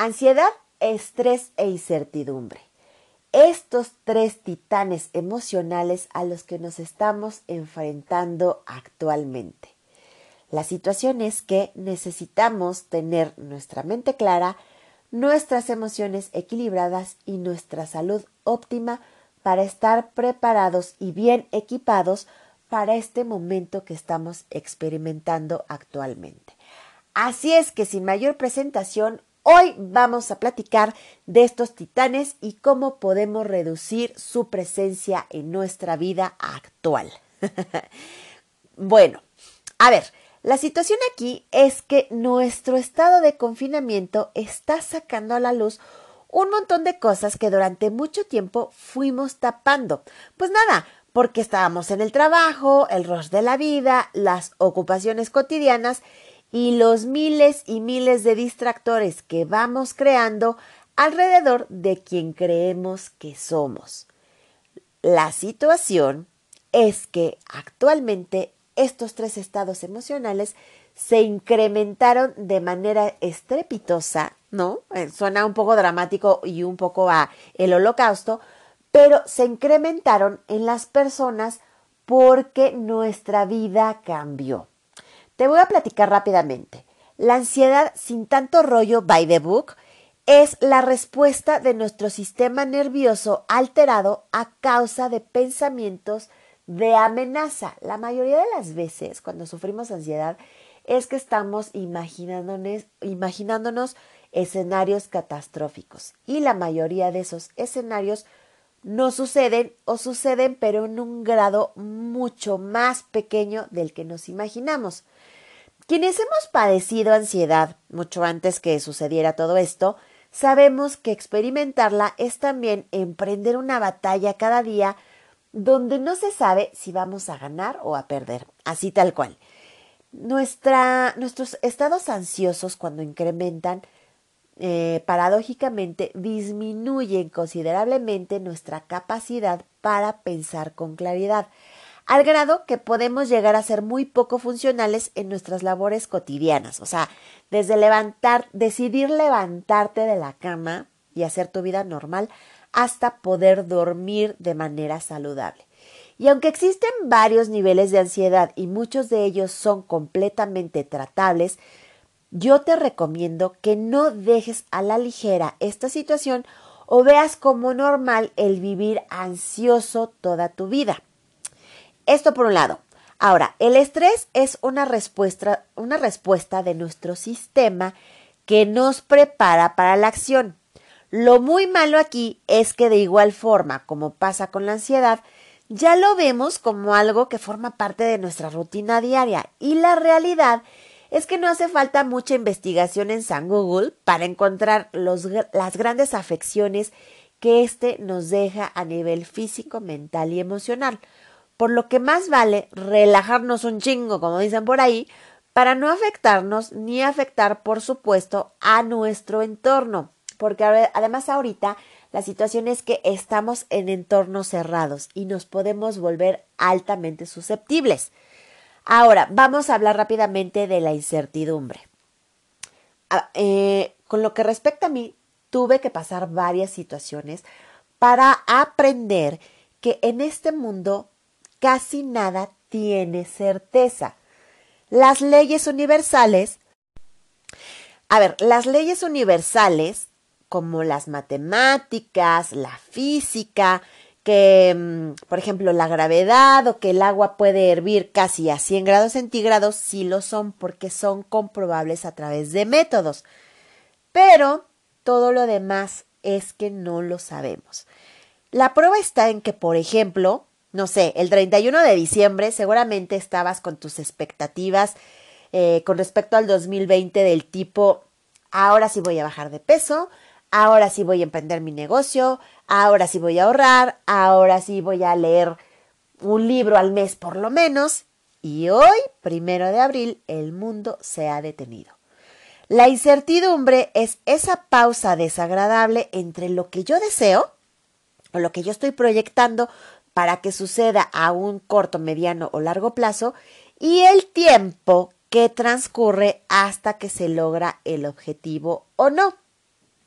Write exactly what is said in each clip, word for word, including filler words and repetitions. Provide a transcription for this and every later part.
Ansiedad, estrés e incertidumbre. Estos tres titanes emocionales a los que nos estamos enfrentando actualmente. La situación es que necesitamos tener nuestra mente clara, nuestras emociones equilibradas y nuestra salud óptima para estar preparados y bien equipados para este momento que estamos experimentando actualmente. Así es que sin mayor presentación, hoy vamos a platicar de estos titanes y cómo podemos reducir su presencia en nuestra vida actual. Bueno, a ver, la situación aquí es que nuestro estado de confinamiento está sacando a la luz un montón de cosas que durante mucho tiempo fuimos tapando. Pues nada, porque estábamos en el trabajo, el rush de la vida, las ocupaciones cotidianas y los miles y miles de distractores que vamos creando alrededor de quien creemos que somos. La situación es que actualmente estos tres estados emocionales se incrementaron de manera estrepitosa, ¿no? Eh, suena un poco dramático y un poco a el holocausto, pero se incrementaron en las personas porque nuestra vida cambió. Te voy a platicar rápidamente. La ansiedad sin tanto rollo by the book es la respuesta de nuestro sistema nervioso alterado a causa de pensamientos de amenaza. La mayoría de las veces cuando sufrimos ansiedad es que estamos imaginándonos, imaginándonos escenarios catastróficos y la mayoría de esos escenarios no suceden o suceden pero en un grado mucho más pequeño del que nos imaginamos. Quienes hemos padecido ansiedad mucho antes que sucediera todo esto, sabemos que experimentarla es también emprender una batalla cada día donde no se sabe si vamos a ganar o a perder, así tal cual. Nuestra, nuestros estados ansiosos cuando incrementan, eh, paradójicamente disminuyen considerablemente nuestra capacidad para pensar con claridad, al grado que podemos llegar a ser muy poco funcionales en nuestras labores cotidianas. O sea, desde levantar, decidir levantarte de la cama y hacer tu vida normal hasta poder dormir de manera saludable. Y aunque existen varios niveles de ansiedad y muchos de ellos son completamente tratables, yo te recomiendo que no dejes a la ligera esta situación o veas como normal el vivir ansioso toda tu vida. Esto por un lado. Ahora, el estrés es una respuesta, una respuesta de nuestro sistema que nos prepara para la acción. Lo muy malo aquí es que de igual forma como pasa con la ansiedad, ya lo vemos como algo que forma parte de nuestra rutina diaria y la realidad es que no hace falta mucha investigación en San Google para encontrar los, las grandes afecciones que éste nos deja a nivel físico, mental y emocional. Por lo que más vale relajarnos un chingo, como dicen por ahí, para no afectarnos ni afectar, por supuesto, a nuestro entorno. Porque además ahorita la situación es que estamos en entornos cerrados y nos podemos volver altamente susceptibles. Ahora, vamos a hablar rápidamente de la incertidumbre. Ah, eh, con lo que respecta a mí, tuve que pasar varias situaciones para aprender que en este mundo casi nada tiene certeza. Las leyes universales, a ver, las leyes universales como las matemáticas, la física, que, por ejemplo, la gravedad o que el agua puede hervir casi a cien grados centígrados, sí lo son porque son comprobables a través de métodos. Pero todo lo demás es que no lo sabemos. La prueba está en que, por ejemplo, no sé, el treinta y uno de diciembre seguramente estabas con tus expectativas eh, con respecto al dos mil veinte del tipo, ahora sí voy a bajar de peso, ahora sí voy a emprender mi negocio, ahora sí voy a ahorrar, ahora sí voy a leer un libro al mes por lo menos. Y hoy, primero de abril, el mundo se ha detenido. La incertidumbre es esa pausa desagradable entre lo que yo deseo o lo que yo estoy proyectando para que suceda a un corto, mediano o largo plazo y el tiempo que transcurre hasta que se logra el objetivo o no.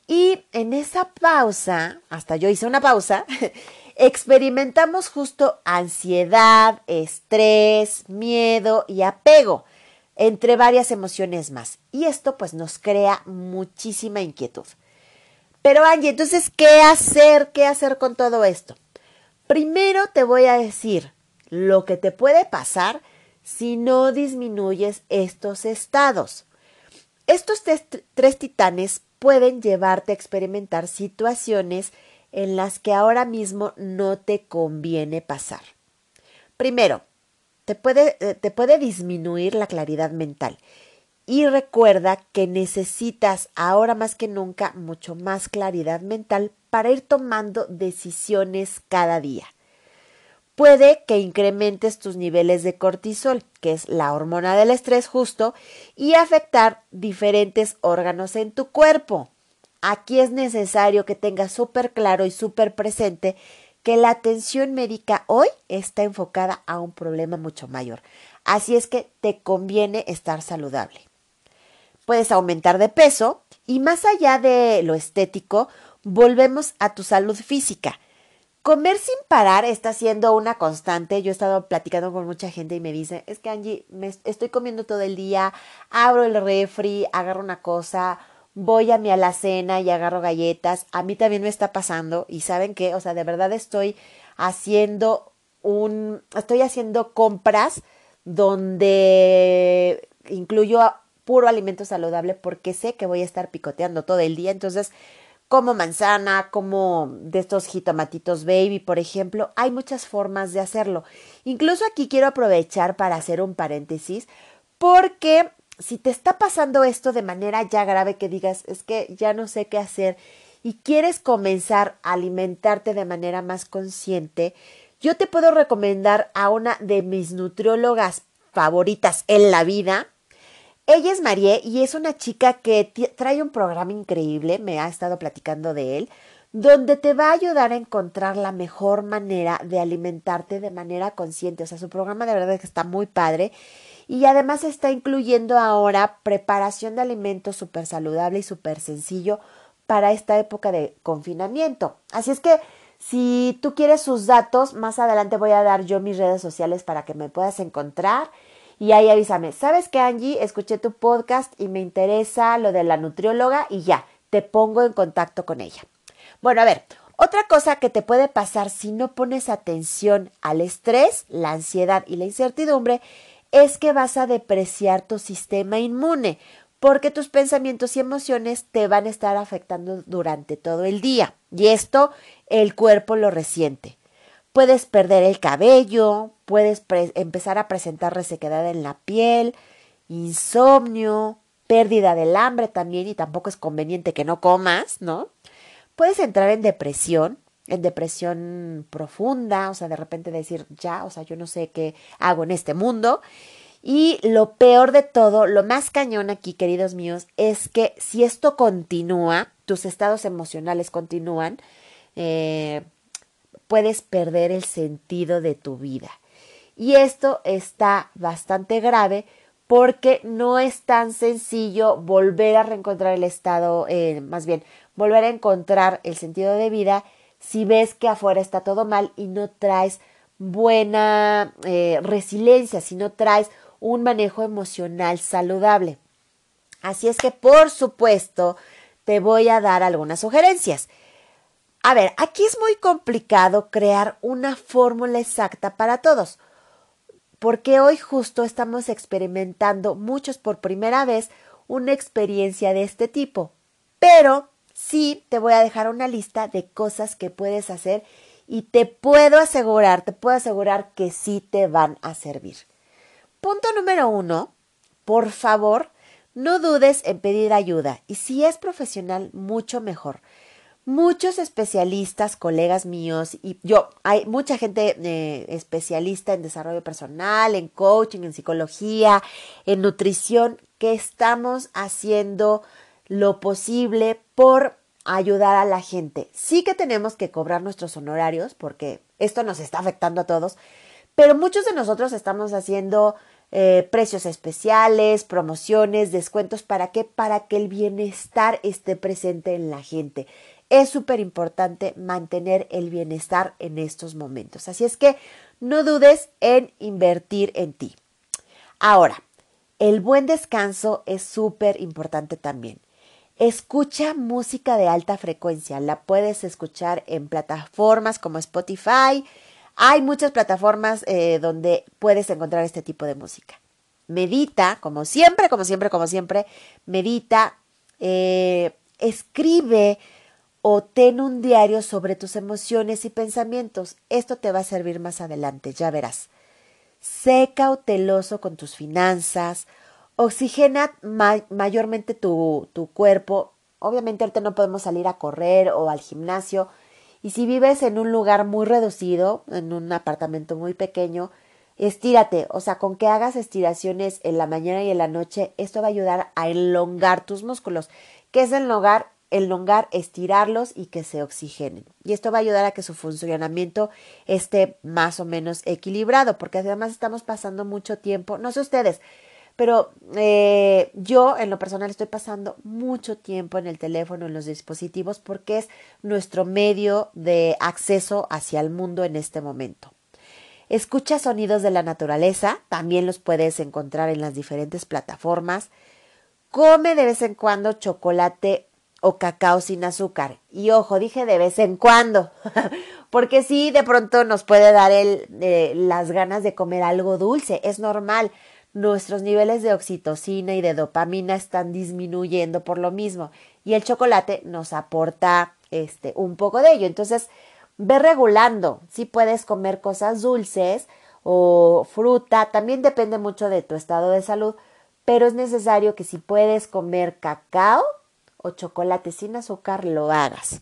Y en esa pausa, hasta yo hice una pausa, experimentamos justo ansiedad, estrés, miedo y apego, entre varias emociones más. Y esto pues nos crea muchísima inquietud. Pero Angie, entonces, ¿qué hacer? ¿Qué hacer con todo esto? Primero te voy a decir lo que te puede pasar si no disminuyes estos estados. Estos tres, tres titanes pueden llevarte a experimentar situaciones en las que ahora mismo no te conviene pasar. Primero, te puede, te puede disminuir la claridad mental. Y recuerda que necesitas ahora más que nunca mucho más claridad mental para ir tomando decisiones cada día. Puede que incrementes tus niveles de cortisol, que es la hormona del estrés justo, y afectar diferentes órganos en tu cuerpo. Aquí es necesario que tengas súper claro y súper presente que la atención médica hoy está enfocada a un problema mucho mayor. Así es que te conviene estar saludable. Puedes aumentar de peso y más allá de lo estético, volvemos a tu salud física. Comer sin parar está siendo una constante. Yo he estado platicando con mucha gente y me dice, es que Angie, me estoy comiendo todo el día, abro el refri, agarro una cosa, voy a mi alacena y agarro galletas. A mí también me está pasando y ¿saben qué? O sea, de verdad estoy haciendo un, estoy haciendo compras donde incluyo puro alimento saludable porque sé que voy a estar picoteando todo el día. Entonces, como manzana, como de estos jitomatitos baby, por ejemplo. Hay muchas formas de hacerlo. Incluso aquí quiero aprovechar para hacer un paréntesis, porque si te está pasando esto de manera ya grave, que digas, es que ya no sé qué hacer y quieres comenzar a alimentarte de manera más consciente, yo te puedo recomendar a una de mis nutriólogas favoritas en la vida. Ella es Marie y es una chica que trae un programa increíble, me ha estado platicando de él, donde te va a ayudar a encontrar la mejor manera de alimentarte de manera consciente. O sea, su programa de verdad es que está muy padre y además está incluyendo ahora preparación de alimentos súper saludable y súper sencillo para esta época de confinamiento. Así es que si tú quieres sus datos, más adelante voy a dar yo mis redes sociales para que me puedas encontrar. Y ahí avísame, ¿sabes qué, Angie? Escuché tu podcast y me interesa lo de la nutrióloga y ya, te pongo en contacto con ella. Bueno, a ver, otra cosa que te puede pasar si no pones atención al estrés, la ansiedad y la incertidumbre es que vas a depreciar tu sistema inmune porque tus pensamientos y emociones te van a estar afectando durante todo el día y esto el cuerpo lo resiente. Puedes perder el cabello, puedes pre- empezar a presentar resequedad en la piel, insomnio, pérdida del hambre también y tampoco es conveniente que no comas, ¿no? Puedes entrar en depresión, en depresión profunda, o sea, de repente decir, ya, o sea, yo no sé qué hago en este mundo. Y lo peor de todo, lo más cañón aquí, queridos míos, es que si esto continúa, tus estados emocionales continúan, eh, puedes perder el sentido de tu vida. Y esto está bastante grave porque no es tan sencillo volver a reencontrar el estado, eh, más bien, volver a encontrar el sentido de vida si ves que afuera está todo mal y no traes buena eh, resiliencia, si no traes un manejo emocional saludable. Así es que, por supuesto, te voy a dar algunas sugerencias. A ver, aquí es muy complicado crear una fórmula exacta para todos, porque hoy justo estamos experimentando muchos por primera vez una experiencia de este tipo. Pero sí te voy a dejar una lista de cosas que puedes hacer y te puedo asegurar, te puedo asegurar que sí te van a servir. Punto número uno, por favor, no dudes en pedir ayuda y si es profesional, mucho mejor. Muchos especialistas, colegas míos, y yo, hay mucha gente eh, especialista en desarrollo personal, en coaching, en psicología, en nutrición, que estamos haciendo lo posible por ayudar a la gente. Sí que tenemos que cobrar nuestros honorarios porque esto nos está afectando a todos, pero muchos de nosotros estamos haciendo eh, precios especiales, promociones, descuentos. ¿Para qué? Para que el bienestar esté presente en la gente. Es súper importante mantener el bienestar en estos momentos. Así es que no dudes en invertir en ti. Ahora, el buen descanso es súper importante también. Escucha música de alta frecuencia. La puedes escuchar en plataformas como Spotify. Hay muchas plataformas eh, donde puedes encontrar este tipo de música. Medita, como siempre, como siempre, como siempre. Medita, eh, escribe o ten un diario sobre tus emociones y pensamientos. Esto te va a servir más adelante, ya verás. Sé cauteloso con tus finanzas. Oxigena ma- mayormente tu, tu cuerpo. Obviamente ahorita no podemos salir a correr o al gimnasio. Y si vives en un lugar muy reducido, en un apartamento muy pequeño, estírate. O sea, con que hagas estiraciones en la mañana y en la noche, esto va a ayudar a elongar tus músculos. ¿Qué es elongar? Elongar, estirarlos y que se oxigenen. Y esto va a ayudar a que su funcionamiento esté más o menos equilibrado, porque además estamos pasando mucho tiempo, no sé ustedes, pero eh, yo en lo personal estoy pasando mucho tiempo en el teléfono, en los dispositivos, porque es nuestro medio de acceso hacia el mundo en este momento. Escucha sonidos de la naturaleza, también los puedes encontrar en las diferentes plataformas. Come de vez en cuando chocolate o cacao sin azúcar. Y ojo, dije de vez en cuando, porque sí, de pronto nos puede dar el, eh, las ganas de comer algo dulce. Es normal. Nuestros niveles de oxitocina y de dopamina están disminuyendo por lo mismo. Y el chocolate nos aporta este, un poco de ello. Entonces, ve regulando. Si puedes comer cosas dulces o fruta. También depende mucho de tu estado de salud. Pero es necesario que si puedes comer cacao o chocolate sin azúcar, lo hagas.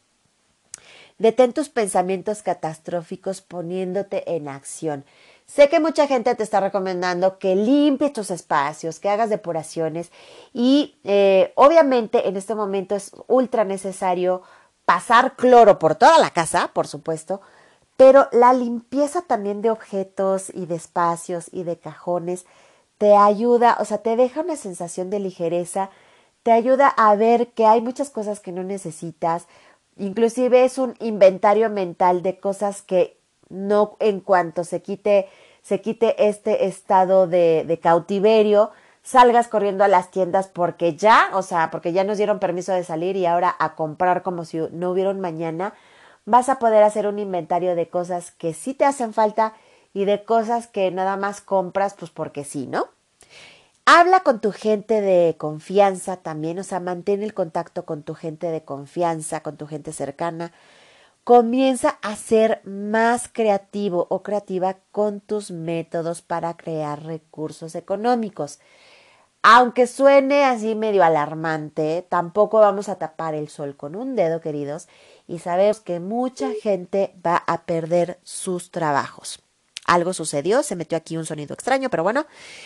Detén tus pensamientos catastróficos poniéndote en acción. Sé que mucha gente te está recomendando que limpies tus espacios, que hagas depuraciones y eh, obviamente en este momento es ultra necesario pasar cloro por toda la casa, por supuesto, pero la limpieza también de objetos y de espacios y de cajones te ayuda, o sea, te deja una sensación de ligereza, te ayuda a ver que hay muchas cosas que no necesitas, inclusive es un inventario mental de cosas que no en cuanto se quite, se quite este estado de, de cautiverio, salgas corriendo a las tiendas porque ya, o sea, porque ya nos dieron permiso de salir y ahora a comprar como si no hubiera un mañana, vas a poder hacer un inventario de cosas que sí te hacen falta y de cosas que nada más compras pues porque sí, ¿no? Habla con tu gente de confianza también, o sea, mantén el contacto con tu gente de confianza, con tu gente cercana. Comienza a ser más creativo o creativa con tus métodos para crear recursos económicos. Aunque suene así medio alarmante, tampoco vamos a tapar el sol con un dedo, queridos, y sabemos que mucha gente va a perder sus trabajos. Algo sucedió, se metió aquí un sonido extraño, pero bueno.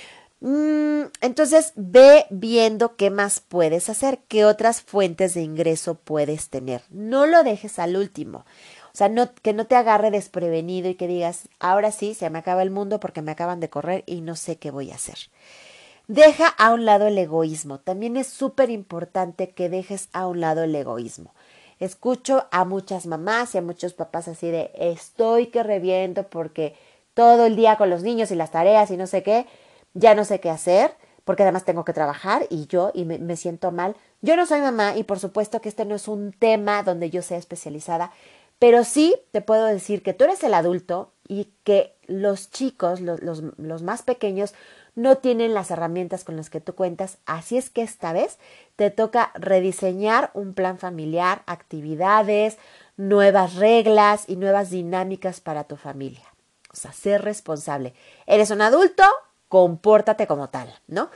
Mm, entonces ve viendo qué más puedes hacer, qué otras fuentes de ingreso puedes tener. No lo dejes al último. O sea, no, que no te agarre desprevenido y que digas, ahora sí, se me acaba el mundo porque me acaban de correr y no sé qué voy a hacer. Deja a un lado el egoísmo. También es súper importante que dejes a un lado el egoísmo. Escucho a muchas mamás y a muchos papás así de estoy que reviento porque todo el día con los niños y las tareas y no sé qué, ya no sé qué hacer porque además tengo que trabajar y yo y me, me siento mal. Yo no soy mamá y por supuesto que este no es un tema donde yo sea especializada, pero sí te puedo decir que tú eres el adulto y que los chicos, los, los, los más pequeños, no tienen las herramientas con las que tú cuentas. Así es que esta vez te toca rediseñar un plan familiar, actividades, nuevas reglas y nuevas dinámicas para tu familia. O sea, ser responsable. Eres un adulto, compórtate como tal, ¿no?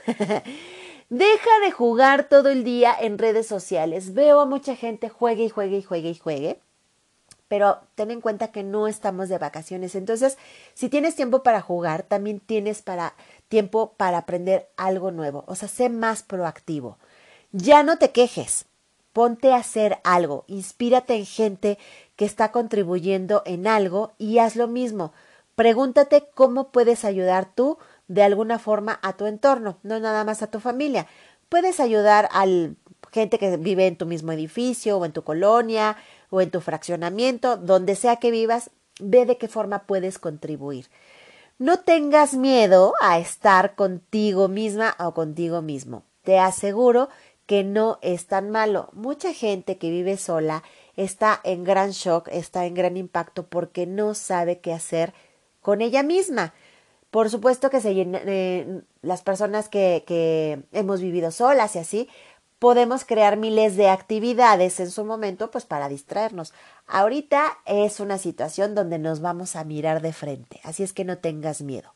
Deja de jugar todo el día en redes sociales. Veo a mucha gente juegue y juegue y juegue y juegue. Pero ten en cuenta que no estamos de vacaciones. Entonces, si tienes tiempo para jugar, también tienes para, tiempo para aprender algo nuevo. O sea, sé más proactivo. Ya no te quejes. Ponte a hacer algo. Inspírate en gente que está contribuyendo en algo y haz lo mismo. Pregúntate cómo puedes ayudar tú de alguna forma a tu entorno, no nada más a tu familia. Puedes ayudar a gente que vive en tu mismo edificio o en tu colonia o en tu fraccionamiento, donde sea que vivas, ve de qué forma puedes contribuir. No tengas miedo a estar contigo misma o contigo mismo. Te aseguro que no es tan malo. Mucha gente que vive sola está en gran shock, está en gran impacto porque no sabe qué hacer con ella misma. Por supuesto que se llena, eh, las personas que, que hemos vivido solas y así, podemos crear miles de actividades en su momento pues para distraernos. Ahorita es una situación donde nos vamos a mirar de frente, así es que no tengas miedo.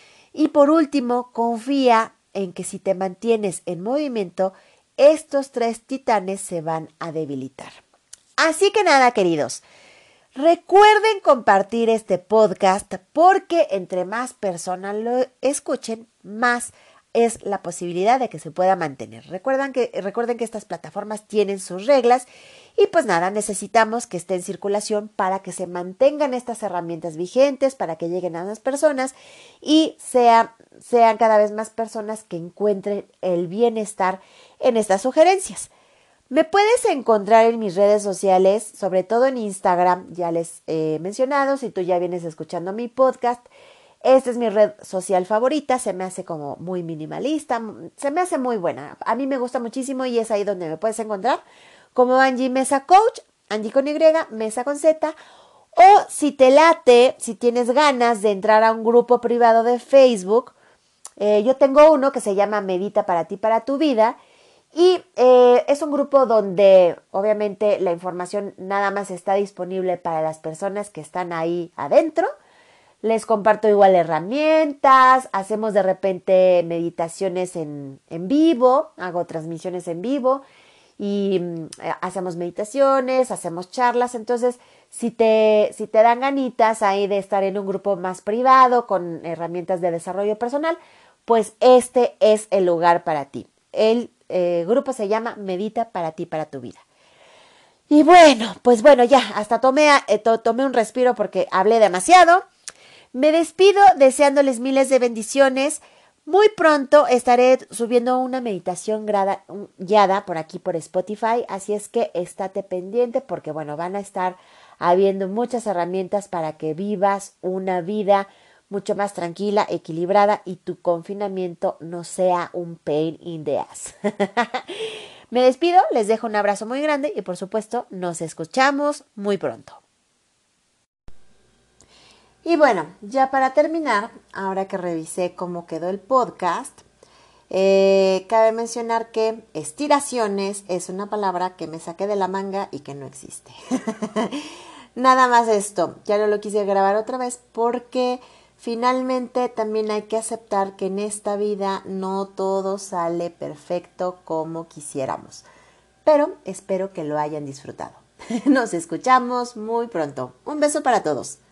Y por último, confía en que si te mantienes en movimiento, estos tres titanes se van a debilitar. Así que nada, queridos, recuerden compartir este podcast porque entre más personas lo escuchen, más es la posibilidad de que se pueda mantener. Recuerden que, recuerden que estas plataformas tienen sus reglas y pues nada, necesitamos que esté en circulación para que se mantengan estas herramientas vigentes, para que lleguen a más personas y sea, sean cada vez más personas que encuentren el bienestar en estas sugerencias. Me puedes encontrar en mis redes sociales, sobre todo en Instagram, ya les he mencionado, si tú ya vienes escuchando mi podcast. Esta es mi red social favorita, se me hace como muy minimalista, se me hace muy buena. A mí me gusta muchísimo y es ahí donde me puedes encontrar como Angie Mesa Coach, Angie con Y, Mesa con Z. O si te late, si tienes ganas de entrar a un grupo privado de Facebook, eh, yo tengo uno que se llama Medita para ti, para tu vida. Y eh, es un grupo donde obviamente la información nada más está disponible para las personas que están ahí adentro. Les comparto igual herramientas, hacemos de repente meditaciones en, en vivo, hago transmisiones en vivo y mm, hacemos meditaciones, hacemos charlas. Entonces, si te, si te dan ganitas ahí de estar en un grupo más privado con herramientas de desarrollo personal, pues este es el lugar para ti. El eh, grupo se llama Medita para ti, para tu vida. Y bueno, pues bueno, ya, hasta tomé, eh, to, tomé un respiro porque hablé demasiado. Me despido deseándoles miles de bendiciones. Muy pronto estaré subiendo una meditación grada, guiada por aquí por Spotify, así es que estate pendiente porque bueno, van a estar habiendo muchas herramientas para que vivas una vida mucho más tranquila, equilibrada y tu confinamiento no sea un pain in the ass. Me despido, les dejo un abrazo muy grande y por supuesto nos escuchamos muy pronto. Y bueno, ya para terminar, ahora que revisé cómo quedó el podcast, eh, cabe mencionar que estiraciones es una palabra que me saqué de la manga y que no existe. Nada más esto, ya no lo quise grabar otra vez porque finalmente también hay que aceptar que en esta vida no todo sale perfecto como quisiéramos. Pero espero que lo hayan disfrutado. Nos escuchamos muy pronto. Un beso para todos.